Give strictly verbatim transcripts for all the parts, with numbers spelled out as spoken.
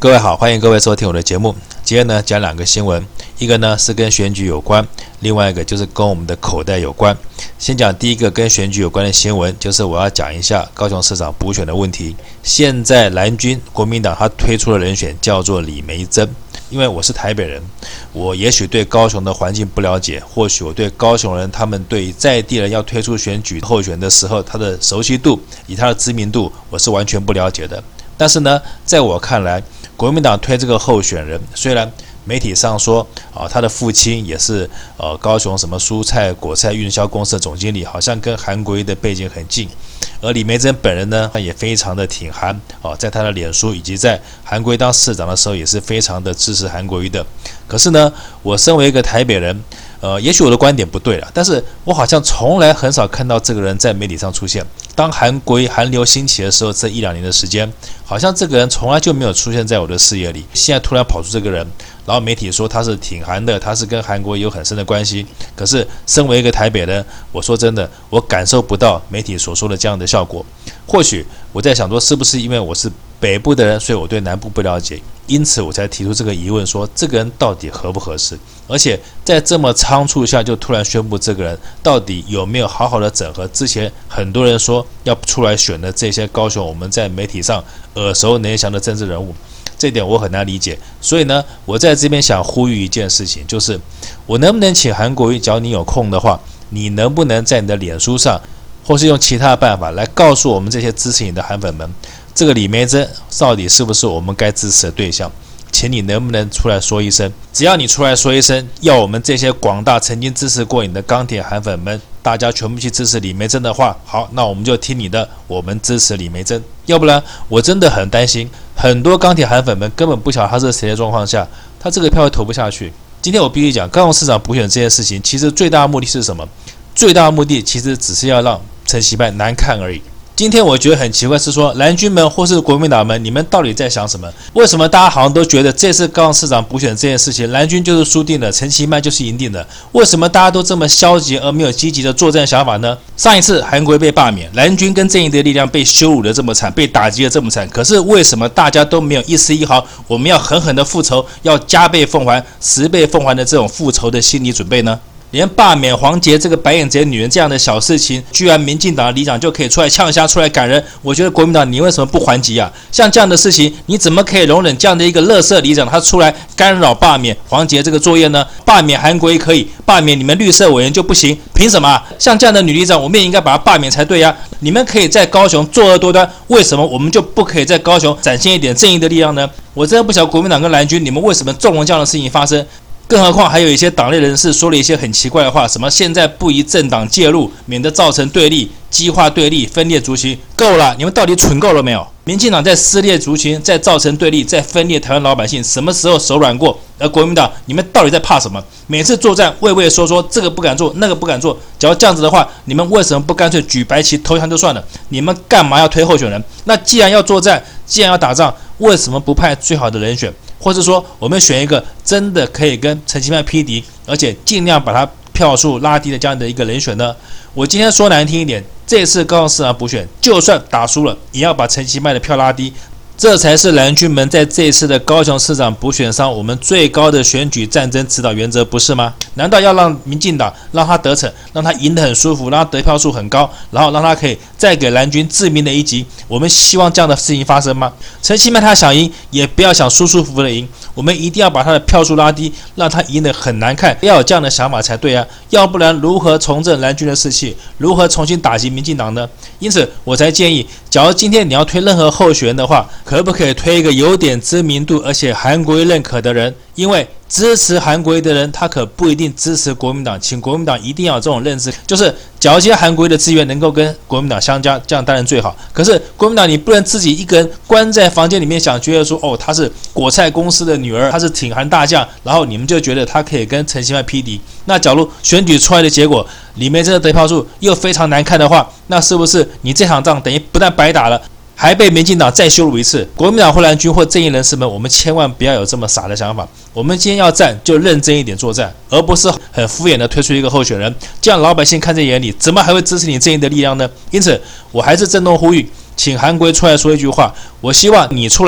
各位好，欢迎各位收听我的节目。今天呢讲两个新闻，一个呢是跟选举有关，另外一个就是跟我们的口袋有关。先讲第一个跟选举有关的新闻，就是我要讲一下高雄市长补选的问题。现在蓝军国民党他推出的人选叫做李眉蓁。因为我是台北人，我也许对高雄的环境不了解，或许我对高雄人他们对在地人要推出选举候选的时候，他的熟悉度以他的知名度，我是完全不了解的。但是呢，在我看来，国民党推这个候选人，虽然媒体上说啊，他的父亲也是呃高雄什么蔬菜果菜运销公司的总经理，好像跟韩国瑜的背景很近。而李眉蓁本人呢，也非常的挺韩哦，在他的脸书以及在韩国瑜当市长的时候，也是非常的支持韩国瑜的。可是呢，我身为一个台北人，呃，也许我的观点不对了，但是我好像从来很少看到这个人在媒体上出现。当韩国瑜韩流兴起的时候，这一两年的时间，好像这个人从来就没有出现在我的视野里。现在突然跑出这个人，然后媒体说他是挺韩的，他是跟韩国瑜有很深的关系。可是身为一个台北人，我说真的，我感受不到媒体所说的这样的效果。或许我在想说，是不是因为我是北部的人，所以我对南部不了解，因此我才提出这个疑问，说这个人到底合不合适？而且在这么仓促下就突然宣布这个人到底有没有好好的整合之前很多人说要出来选的这些高雄我们在媒体上耳熟能详的政治人物，这点我很难理解。所以呢，我在这边想呼吁一件事情，就是我能不能请韩国瑜，只要你有空的话，你能不能在你的脸书上或是用其他的办法来告诉我们这些支持你的韩粉们，这个李眉蓁到底是不是我们该支持的对象？请你能不能出来说一声？只要你出来说一声，要我们这些广大曾经支持过你的钢铁韩粉们，大家全部去支持李眉蓁的话，好，那我们就听你的，我们支持李眉蓁。要不然，我真的很担心，很多钢铁韩粉们根本不晓得他是谁的状况下，他这个票会投不下去。今天我必须讲，高雄市长补选这件事情，其实最大的目的是什么？最大的目的其实只是要让陈其迈难看而已。今天我觉得很奇怪是说，蓝军们或是国民党们，你们到底在想什么？为什么大家好像都觉得这次高雄市长补选这件事情，蓝军就是输定了，陈其迈就是赢定了？为什么大家都这么消极而没有积极的作战想法呢？上一次韩国瑜被罢免，蓝军跟正义的力量被羞辱的这么惨，被打击的这么惨，可是为什么大家都没有一丝一毫我们要狠狠的复仇，要加倍奉还、十倍奉还的这种复仇的心理准备呢？连罢免黄捷这个白眼贼女人这样的小事情，居然民进党的里长就可以出来呛瞎、出来赶人，我觉得国民党你为什么不还击啊？像这样的事情，你怎么可以容忍这样的一个垃圾里长他出来干扰罢免黄捷这个作业呢？罢免韩国瑜可以，罢免你们绿色委员就不行，凭什么啊？像这样的女里长，我们也应该把她罢免才对呀、啊！你们可以在高雄作恶多端，为什么我们就不可以在高雄展现一点正义的力量呢？我真的不晓得国民党跟蓝军你们为什么纵容这样的事情发生。更何况还有一些党内人士说了一些很奇怪的话，什么现在不宜政党介入，免得造成对立、激化对立、分裂族群。够了，你们到底蠢够了没有？民进党在撕裂族群，在造成对立，在分裂台湾老百姓，什么时候手软过？而国民党，你们到底在怕什么？每次作战畏畏缩缩，这个不敢做，那个不敢做。只要这样子的话，你们为什么不干脆举白旗投降就算了？你们干嘛要推候选人？那既然要作战，既然要打仗，为什么不派最好的人选？或是说，我们选一个真的可以跟陈其迈匹敌，而且尽量把他票数拉低的这样的一个人选呢？我今天说难听一点，这次高雄市长补选，就算打输了，也要把陈其迈的票拉低。这才是蓝军们在这一次的高雄市长补选上我们最高的选举战争指导原则，不是吗？难道要让民进党让他得逞，让他赢得很舒服，让他得票数很高，然后让他可以再给蓝军致命的一击？我们希望这样的事情发生吗？陈其迈他想赢，也不要想舒舒服服的赢，我们一定要把他的票数拉低，让他赢得很难看，要有这样的想法才对啊！要不然如何重振蓝军的士气？如何重新打击民进党呢？因此，我才建议，假如今天你要推任何候选人的话，可不可以推一个有点知名度而且韩国瑜认可的人？因为支持韩国瑜的人，他可不一定支持国民党，请国民党一定要有这种认知，就是假如这些韩国瑜的资源能够跟国民党相加，这样当然最好。可是国民党你不能自己一个人关在房间里面想，觉得说哦，他是果菜公司的女儿，他是挺韩大将，然后你们就觉得他可以跟陈其迈匹敌。那假如选举出来的结果，李眉蓁的得票数又非常难看的话，那是不是你这场仗等于不但白打了，还被民进党再羞辱一次？国民党或蓝军或正义人士们，我们千万不要有这么傻的想法。我们今天要战，就认真一点作战，而不是很敷衍的推出一个候选人，这样老百姓看在眼里，怎么还会支持你正义的力量呢？因此，我还是郑重呼吁，请韩国瑜出来说一句话，我希望你出来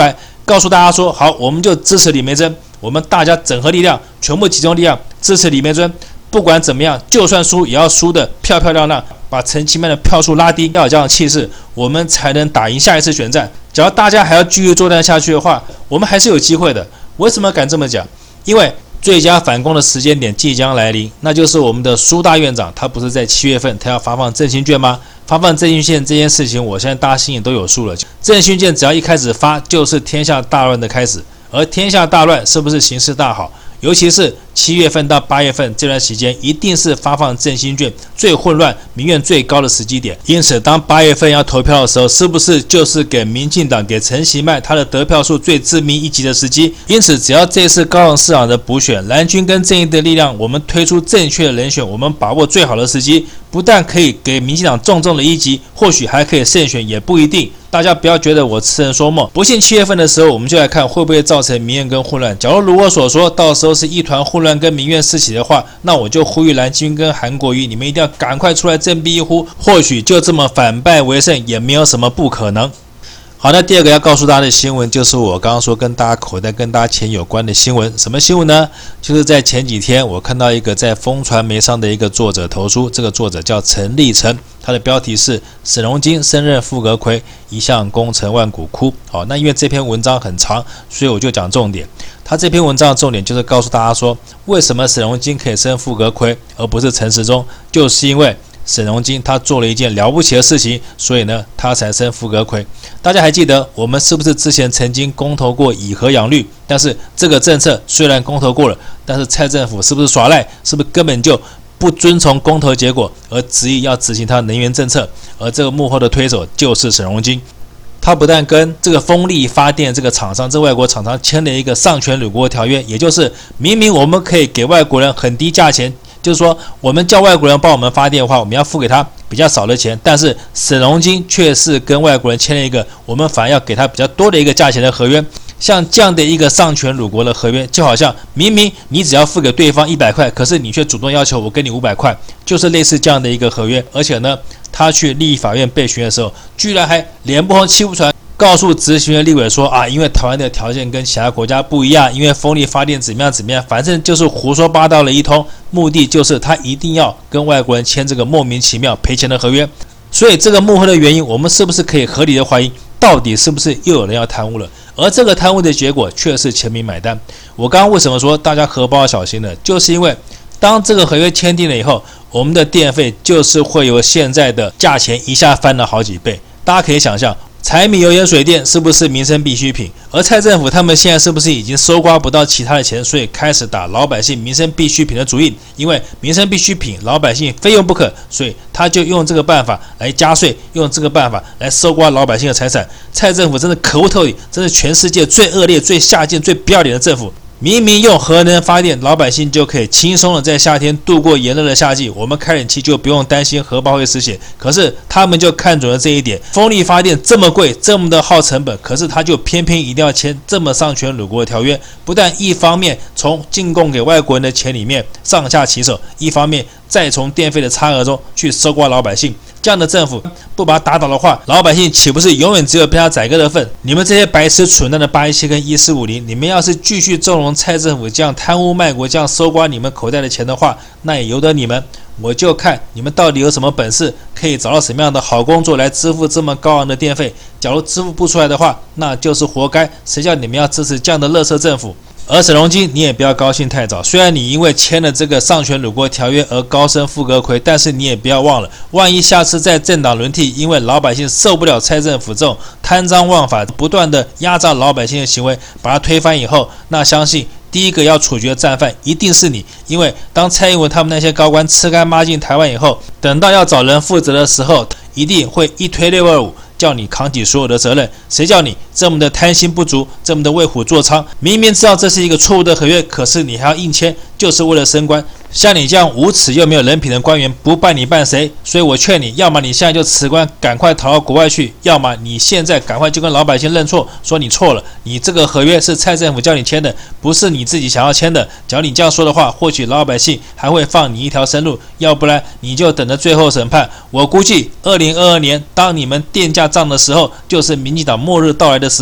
告诉大家说，好，我们就支持李眉蓁，我们大家整合力量，全部集中力量支持李眉蓁。不管怎么样，就算输也要输得漂漂亮亮，把陈其迈的票数拉低，要有这样的气势，我们才能打赢下一次选战。只要大家还要继续作战下去的话，我们还是有机会的。为什么敢这么讲？因为最佳反攻的时间点即将来临，那就是我们的苏大院长，他不是在七月份他要发放振兴券吗？发放振兴券这件事情，我相信大家心里都有数了。振兴券只要一开始发，就是天下大乱的开始，而天下大乱是不是形势大好？尤其是七月份到八月份这段期间，一定是发放振兴券最混乱、民怨最高的时机点。因此，当八月份要投票的时候，是不是就是给民进党、给陈其迈他的得票数最致命一击的时机？因此，只要这次高雄市长的补选，蓝军跟正义的力量，我们推出正确的人选，我们把握最好的时机，不但可以给民进党重重的一击，或许还可以胜选，也不一定。大家不要觉得我痴人说梦，不信七月份的时候，我们就来看会不会造成民怨跟混乱。假如如我所说，到时候是一团混乱跟民怨四起的话，那我就呼吁蓝军跟韩国瑜，你们一定要赶快出来振臂一呼，或许就这么反败为胜，也没有什么不可能。好，那第二个要告诉大家的新闻，就是我刚刚说跟大家口袋、跟大家钱有关的新闻。什么新闻呢？就是在前几天，我看到一个在风传媒上的一个作者投书，这个作者叫陈立成，他的标题是沈荣津升任副阁揆，一向功成万骨枯。好，那因为这篇文章很长，所以我就讲重点。他这篇文章的重点就是告诉大家说，为什么沈荣津可以升副阁揆，而不是陈时中，就是因为沈荣津他做了一件了不起的事情，所以呢，他才升副阁揆。大家还记得我们是不是之前曾经公投过以核养绿？但是这个政策虽然公投过了，但是蔡政府是不是耍赖？是不是根本就不遵从公投结果，而执意要执行他的能源政策？而这个幕后的推手就是沈荣津。他不但跟这个风力发电这个厂商，这外国厂商签了一个丧权辱国条约，也就是明明我们可以给外国人很低价钱。就是说，我们叫外国人帮我们发电的话，我们要付给他比较少的钱，但是沈荣津却是跟外国人签了一个我们反而要给他比较多的一个价钱的合约。像这样的一个丧权辱国的合约，就好像明明你只要付给对方一百块，可是你却主动要求我给你五百块，就是类似这样的一个合约。而且呢，他去立法院备询的时候，居然还脸不红气不喘，告诉执行的立委说啊，因为台湾的条件跟其他国家不一样，因为风力发电怎么样怎么样，反正就是胡说八道了一通，目的就是他一定要跟外国人签这个莫名其妙赔钱的合约。所以这个幕后的原因，我们是不是可以合理的怀疑，到底是不是又有人要贪污了？而这个贪污的结果却是全民买单。我刚刚为什么说大家荷包要小心呢？就是因为当这个合约签订了以后，我们的电费就是会由现在的价钱一下翻了好几倍。大家可以想象，柴米油盐水电是不是民生必需品？而蔡政府他们现在是不是已经搜刮不到其他的钱，所以开始打老百姓民生必需品的主意？因为民生必需品老百姓非用不可，所以他就用这个办法来加税，用这个办法来搜刮老百姓的财产。蔡政府真的可恶透顶，真是全世界最恶劣、最下贱、最不要脸的政府。明明用核能发电，老百姓就可以轻松的在夏天度过炎热的夏季，我们开冷气就不用担心荷包会失血。可是他们就看准了这一点，风力发电这么贵，这么的耗成本，可是他就偏偏一定要签这么丧权辱国的条约。不但一方面从进贡给外国人的钱里面上下其手，一方面再从电费的差额中去搜刮老百姓。这样的政府不把他打倒的话，老百姓岂不是永远只有被他宰割的份？你们这些白痴蠢蛋的八一七跟一四五零，你们要是继续纵容蔡政府这样贪污卖国，这样搜刮你们口袋的钱的话，那也由得你们。我就看你们到底有什么本事，可以找到什么样的好工作来支付这么高昂的电费。假如支付不出来的话，那就是活该。谁叫你们要支持这样的垃圾政府？而沈荣津，你也不要高兴太早。虽然你因为签了这个丧权辱国条约而高升副阁揆，但是你也不要忘了，万一下次在政党轮替，因为老百姓受不了蔡政府这种贪赃枉法、不断的压榨老百姓的行为，把它推翻以后，那相信第一个要处决的战犯一定是你。因为当蔡英文他们那些高官吃干抹净台湾以后，等到要找人负责的时候，一定会一推六二五。叫你扛起所有的责任，谁叫你这么的贪心不足，这么的为虎作伥？明明知道这是一个错误的合约，可是你还要硬签，就是为了升官。像你这样无耻又没有人品的官员，不办你办谁？所以我劝你，要么你现在就辞官，赶快逃到国外去；要么你现在赶快就跟老百姓认错，说你错了，你这个合约是蔡政府叫你签的，不是你自己想要签的。只要你这样说的话，或许老百姓还会放你一条生路，要不然你就等着最后审判。我估计二零二二年，当你们电价涨的时候，就是民进党末日到来的时候。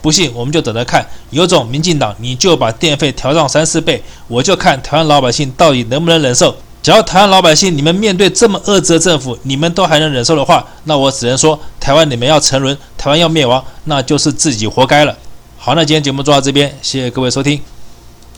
不信我们就等着看，有种民进党你就把电费调上三四倍，我就看台湾老百姓到底能不能忍受。只要台湾老百姓你们面对这么恶质的政府，你们都还能忍受的话，那我只能说台湾你们要沉沦，台湾要灭亡，那就是自己活该了。好，那今天节目做到这边，谢谢各位收听。